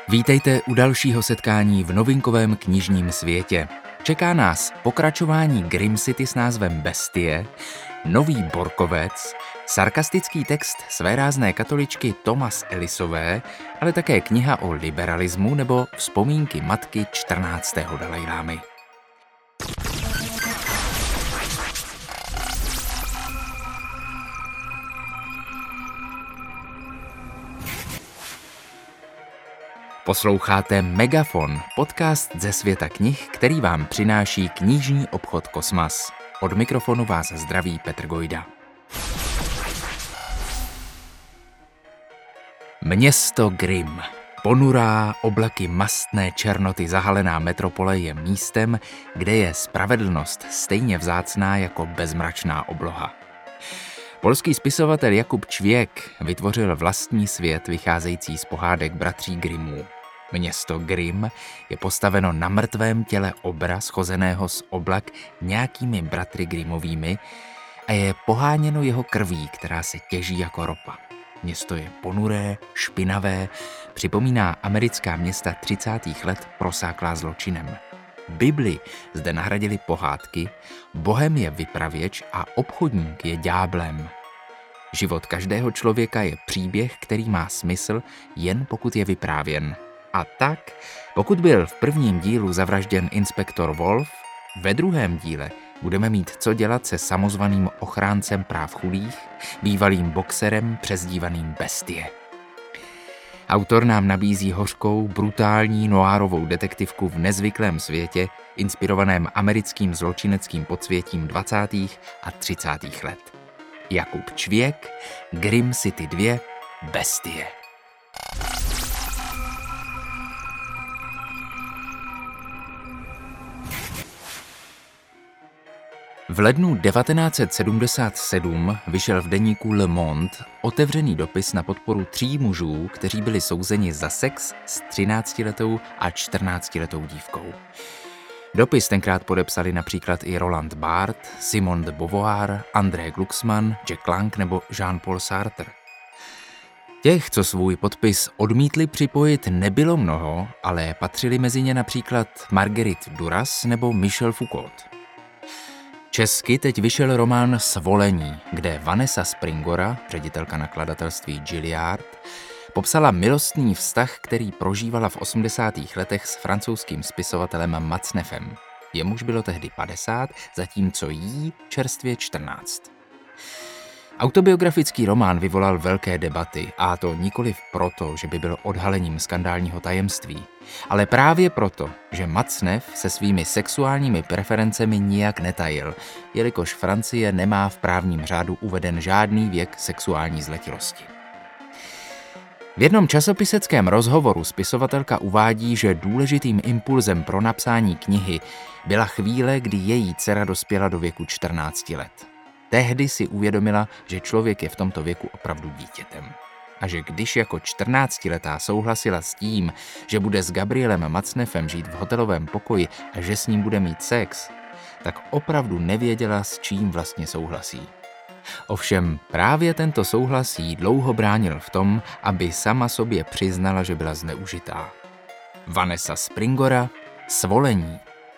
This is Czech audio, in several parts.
Vítejte u dalšího setkání v novinkovém knižním světě. Čeká nás pokračování Grimm City s názvem Bestie, nový Borkovec, sarkastický text svérázné katoličky Thomas Ellisové, ale také kniha o liberalismu nebo vzpomínky matky 14. Dalajlámy. Posloucháte Megafon, podcast ze světa knih, který vám přináší knižní obchod Kosmas. Od mikrofonu vás zdraví Petr Gojda. Město Grimm. Ponurá, oblaky mastné černoty zahalená metropole je místem, kde je spravedlnost stejně vzácná jako bezmračná obloha. Polský spisovatel Jakub Čvěk vytvořil vlastní svět vycházející z pohádek bratří Grimmů. Město Grimm je postaveno na mrtvém těle obra schozeného z oblak nějakými bratry Grimmovými a je poháněno jeho krví, která se těží jako ropa. Město je ponuré, špinavé, připomíná americká města 30. let prosáklá zločinem. Bibli zde nahradili pohádky, bohem je vypravěč a obchodník je ďáblem. Život každého člověka je příběh, který má smysl, jen pokud je vyprávěn. A tak, pokud byl v prvním dílu zavražděn inspektor Wolf, ve druhém díle budeme mít co dělat se samozvaným ochráncem práv chudých, bývalým boxerem přezdívaným Bestie. Autor nám nabízí hořkou, brutální noárovou detektivku v nezvyklém světě, inspirovaném americkým zločineckým podsvětím 20. a 30. let. Jakub Čvěk, Grimm City 2, Bestie. V lednu 1977 vyšel v deníku Le Monde otevřený dopis na podporu 3 mužů, kteří byli souzeni za sex s 13letou a 14letou dívkou. Dopis tenkrát podepsali například i Roland Barthes, Simone de Beauvoir, André Glucksmann, Jack Lang nebo Jean-Paul Sartre. Těch, co svůj podpis odmítli připojit, nebylo mnoho, ale patřili mezi ně například Marguerite Duras nebo Michel Foucault. Česky teď vyšel román Svolení, kde Vanessa Springora, ředitelka nakladatelství Gilliard, popsala milostný vztah, který prožívala v 80. letech s francouzským spisovatelem Matzneffem. Jemuž bylo tehdy 50, zatímco jí čerstvě 14. Autobiografický román vyvolal velké debaty, a to nikoliv proto, že by byl odhalením skandálního tajemství, ale právě proto, že Matzneff se svými sexuálními preferencemi nijak netajil, jelikož Francie nemá v právním řádu uveden žádný věk sexuální zletilosti. V jednom časopiseckém rozhovoru spisovatelka uvádí, že důležitým impulzem pro napsání knihy byla chvíle, kdy její dcera dospěla do věku 14 let. Tehdy si uvědomila, že člověk je v tomto věku opravdu dítětem. A že když jako 14letá souhlasila s tím, že bude s Gabrielem Matzneffem žít v hotelovém pokoji a že s ním bude mít sex, tak opravdu nevěděla, s čím vlastně souhlasí. Ovšem právě tento souhlas jí dlouho bránil v tom, aby sama sobě přiznala, že byla zneužitá. Vanessa Springora, Svolení.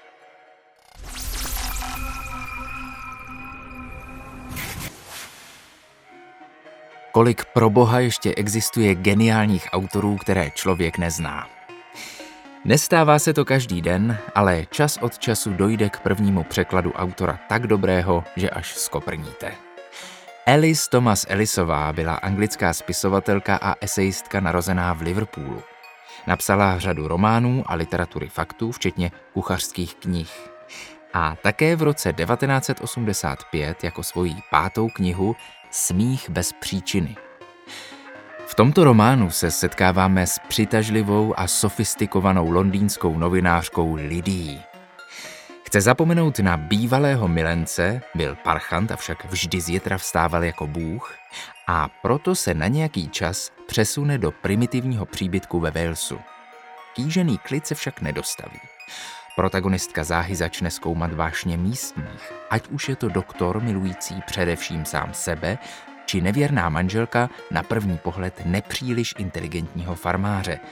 Kolik pro boha ještě existuje geniálních autorů, které člověk nezná. Nestává se to každý den, ale čas od času dojde k prvnímu překladu autora tak dobrého, že až skoprníte. Alice Thomas Ellisová byla anglická spisovatelka a esejistka narozená v Liverpoolu. Napsala řadu románů a literatury faktů, včetně kuchařských knih. A také v roce 1985 jako svoji 5. knihu Smích bez příčiny. V tomto románu se setkáváme s přitažlivou a sofistikovanou londýnskou novinářkou Lidií. Chce zapomenout na bývalého milence, byl parchant, avšak vždy z jetra vstával jako bůh, a proto se na nějaký čas přesune do primitivního příbytku ve Walesu. Kýžený klid se však nedostaví. Protagonistka záhy začne zkoumat vášně místních, ať už je to doktor milující především sám sebe, či nevěrná manželka na první pohled nepříliš inteligentního farmáře.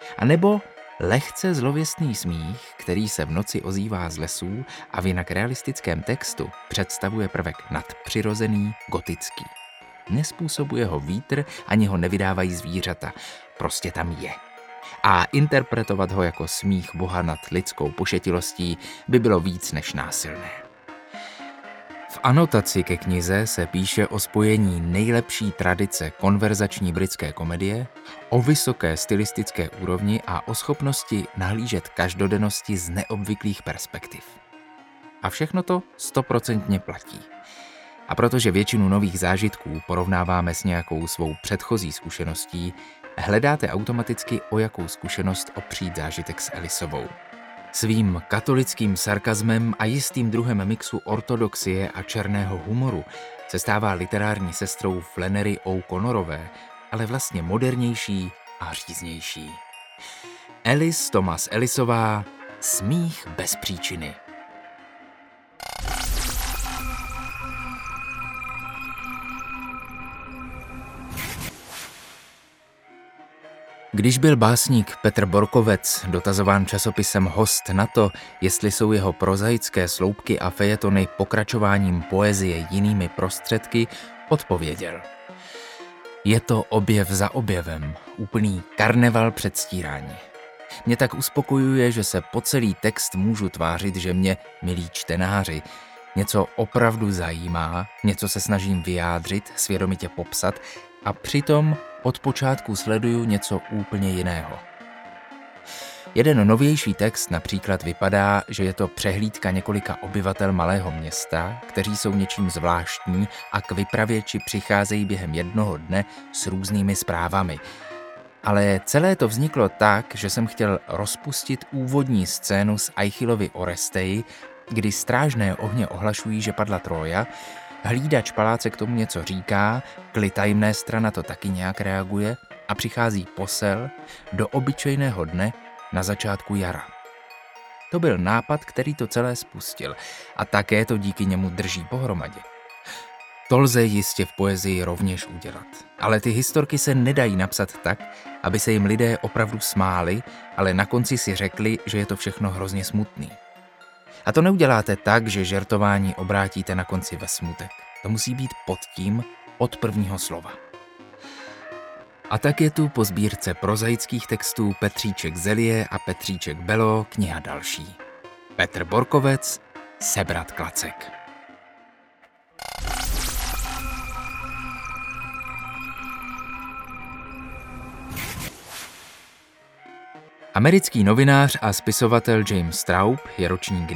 A nebo lehce zlověstný smích, který se v noci ozývá z lesů a v jinak realistickém textu představuje prvek nadpřirozený, gotický. Nespůsobuje ho vítr, ani ho nevydávají zvířata. Prostě tam je. A interpretovat ho jako smích Boha nad lidskou pošetilostí by bylo víc než násilné. V anotaci ke knize se píše o spojení nejlepší tradice konverzační britské komedie, o vysoké stylistické úrovni a o schopnosti nahlížet každodennosti z neobvyklých perspektiv. A všechno to 100% platí. A protože většinu nových zážitků porovnáváme s nějakou svou předchozí zkušeností, hledáte automaticky, o jakou zkušenost opřít zážitek s Ellisovou. Svým katolickým sarkazmem a jistým druhem mixu ortodoxie a černého humoru se stává literární sestrou Flannery O'Connorové, ale vlastně modernější a říznější. Alice Thomas Ellisová, smích bez příčiny. Když byl básník Petr Borkovec dotazován časopisem Host na to, jestli jsou jeho prozaické sloupky a fejetony pokračováním poezie jinými prostředky, odpověděl: je to objev za objevem, úplný karneval předstírání. Mě tak uspokojuje, že se po celý text můžu tvářit, že mě, milí čtenáři, něco opravdu zajímá, něco se snažím vyjádřit, svědomitě popsat a přitom od počátku sleduju něco úplně jiného. Jeden novější text například vypadá, že je to přehlídka několika obyvatel malého města, kteří jsou něčím zvláštní a k vypravěči přicházejí během jednoho dne s různými zprávami. Ale celé to vzniklo tak, že jsem chtěl rozpustit úvodní scénu z Aeschylovy Oresteji, kdy strážné ohně ohlašují, že padla Trója, hlídač paláce k tomu něco říká, klitajemné strana to taky nějak reaguje a přichází posel do obyčejného dne na začátku jara. To byl nápad, který to celé spustil a také to díky němu drží pohromadě. To lze jistě v poezii rovněž udělat, ale ty historky se nedají napsat tak, aby se jim lidé opravdu smáli, ale na konci si řekli, že je to všechno hrozně smutný. A to neuděláte tak, že žertování obrátíte na konci ve smutek. To musí být pod tím, od prvního slova. A tak je tu po sbírce prozaických textů Petříček Zelie a Petříček Belo kniha další. Petr Borkovec, Sebrat klacek. Americký novinář a spisovatel James Straub je ročník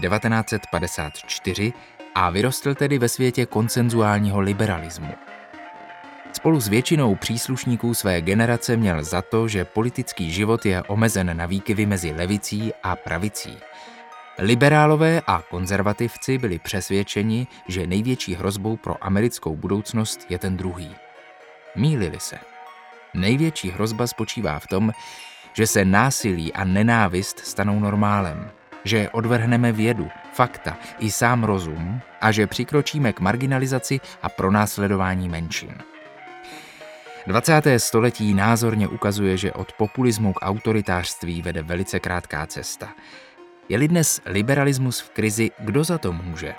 1954 a vyrostl tedy ve světě konsenzuálního liberalismu. Spolu s většinou příslušníků své generace měl za to, že politický život je omezen na výkyvy mezi levicí a pravicí. Liberálové a konzervativci byli přesvědčeni, že největší hrozbou pro americkou budoucnost je ten druhý. Mýlili se. Největší hrozba spočívá v tom, že se násilí a nenávist stanou normálem, že odvrhneme vědu, fakta i sám rozum a že přikročíme k marginalizaci a pronásledování menšin. 20. století názorně ukazuje, že od populismu k autoritářství vede velice krátká cesta. Je-li dnes liberalismus v krizi, kdo za to může?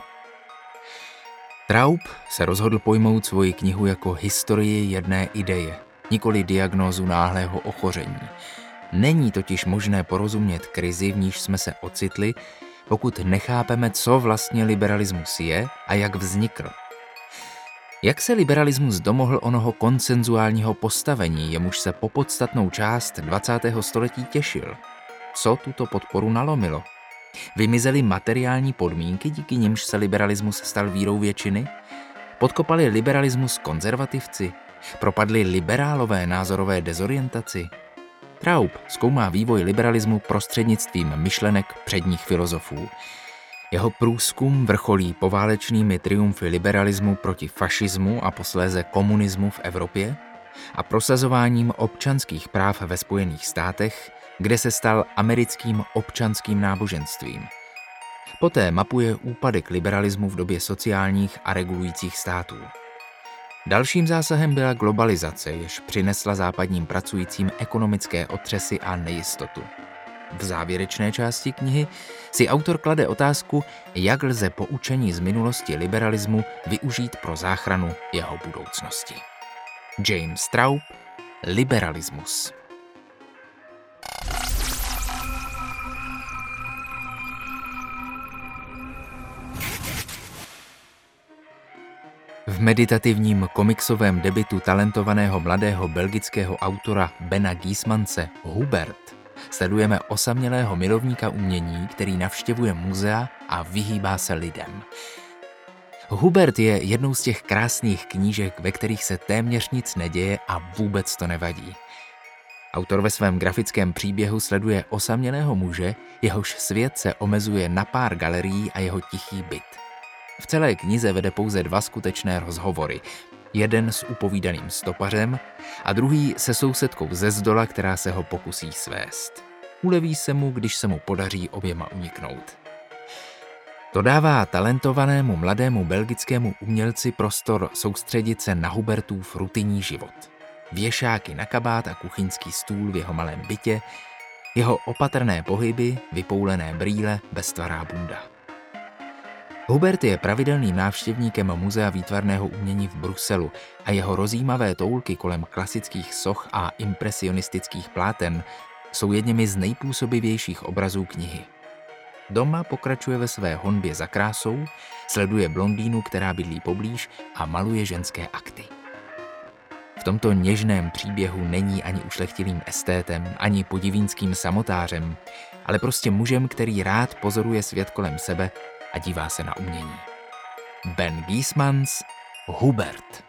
Straub se rozhodl pojmout svoji knihu jako historii jedné ideje, nikoli diagnózu náhlého ochoření. Není totiž možné porozumět krizi, v níž jsme se ocitli, pokud nechápeme, co vlastně liberalismus je a jak vznikl. Jak se liberalismus domohl onoho konsenzuálního postavení, jemuž se po podstatnou část 20. století těšil? Co tuto podporu nalomilo? Vymizely materiální podmínky, díky nimž se liberalismus stal vírou většiny? Podkopali liberalismus konzervativci? Propadli liberálové názorové dezorientaci? Straub zkoumá vývoj liberalismu prostřednictvím myšlenek předních filozofů. Jeho průzkum vrcholí poválečnými triumfy liberalismu proti fašismu a posléze komunismu v Evropě a prosazováním občanských práv ve Spojených státech, kde se stal americkým občanským náboženstvím. Poté mapuje úpadek liberalismu v době sociálních a regulujících států. Dalším zásahem byla globalizace, jež přinesla západním pracujícím ekonomické otřesy a nejistotu. V závěrečné části knihy si autor klade otázku, jak lze poučení z minulosti liberalismu využít pro záchranu jeho budoucnosti. James Straub, Liberalismus. V meditativním komiksovém debutu talentovaného mladého belgického autora Bena Giesmanse Hubert sledujeme osamělého milovníka umění, který navštěvuje muzea a vyhýbá se lidem. Hubert je jednou z těch krásných knížek, ve kterých se téměř nic neděje a vůbec to nevadí. Autor ve svém grafickém příběhu sleduje osamělého muže, jehož svět se omezuje na pár galerií a jeho tichý byt. V celé knize vede pouze 2 skutečné rozhovory. Jeden s upovídaným stopařem a druhý se sousedkou ze zdola, která se ho pokusí svést. Uleví se mu, když se mu podaří oběma uniknout. To dává talentovanému mladému belgickému umělci prostor soustředit se na Hubertův rutinní život. Věšáky na kabát a kuchyňský stůl v jeho malém bytě, jeho opatrné pohyby, vypoulené brýle, beztvará bunda. Hubert je pravidelným návštěvníkem Muzea výtvarného umění v Bruselu a jeho rozjímavé toulky kolem klasických soch a impresionistických pláten jsou jedněmi z nejpůsobivějších obrazů knihy. Doma pokračuje ve své honbě za krásou, sleduje blondýnu, která bydlí poblíž a maluje ženské akty. V tomto něžném příběhu není ani ušlechtilým estétem, ani podivínským samotářem, ale prostě mužem, který rád pozoruje svět kolem sebe a dívá se na umění. Ben Giesmans, Hubert.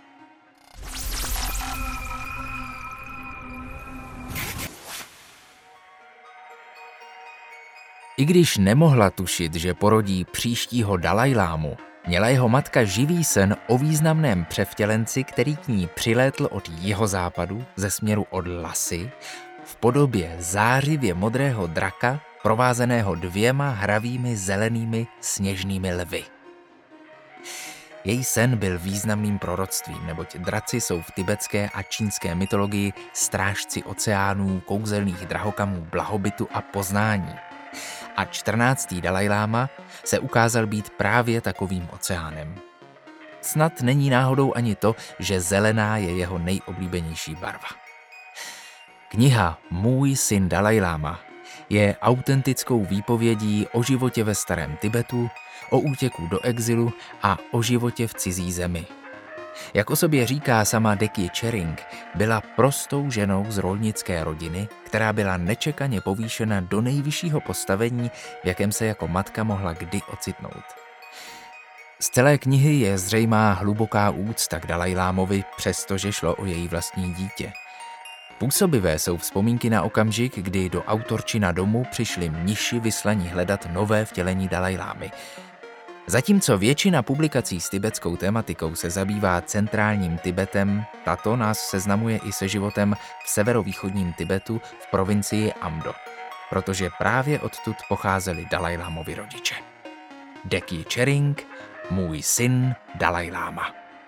I když nemohla tušit, že porodí příštího Dalajlámu, měla jeho matka živý sen o významném převtělenci, který k ní přilétl od jihozápadu ze směru od Lasy v podobě zářivě modrého draka, provázeného 2 hravými zelenými sněžnými lvy. Její sen byl významným proroctvím, neboť draci jsou v tibetské a čínské mytologii strážci oceánů, kouzelných drahokamů blahobytu a poznání. A 14. Dalajláma se ukázal být právě takovým oceánem. Snad není náhodou ani to, že zelená je jeho nejoblíbenější barva. Kniha Můj syn Dalajláma je autentickou výpovědí o životě ve starém Tibetu, o útěku do exilu a o životě v cizí zemi. Jak o sobě říká sama Deky Chering, byla prostou ženou z rolnické rodiny, která byla nečekaně povýšena do nejvyššího postavení, v jakém se jako matka mohla kdy ocitnout. Z celé knihy je zřejmá hluboká úcta k Dalajlámovi, přestože šlo o její vlastní dítě. Působivé jsou vzpomínky na okamžik, kdy do autorčina domu přišli mniši vyslaní hledat nové vtělení Dalajlámy. Zatímco většina publikací s tibetskou tematikou se zabývá centrálním Tibetem, tato nás seznamuje i se životem v severovýchodním Tibetu v provincii Amdo, protože právě odtud pocházeli Dalajlámovi rodiče. Deky Chering, Můj syn Dalajláma.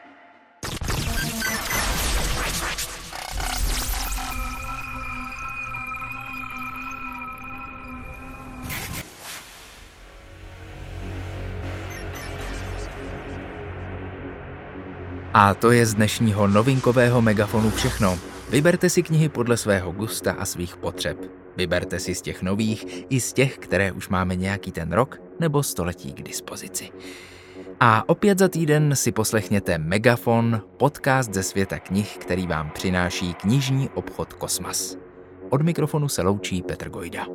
A to je z dnešního novinkového Megafonu všechno. Vyberte si knihy podle svého gusta a svých potřeb. Vyberte si z těch nových i z těch, které už máme nějaký ten rok nebo století k dispozici. A opět za týden si poslechněte Megafon, podcast ze světa knih, který vám přináší knižní obchod Kosmas. Od mikrofonu se loučí Petr Gojda.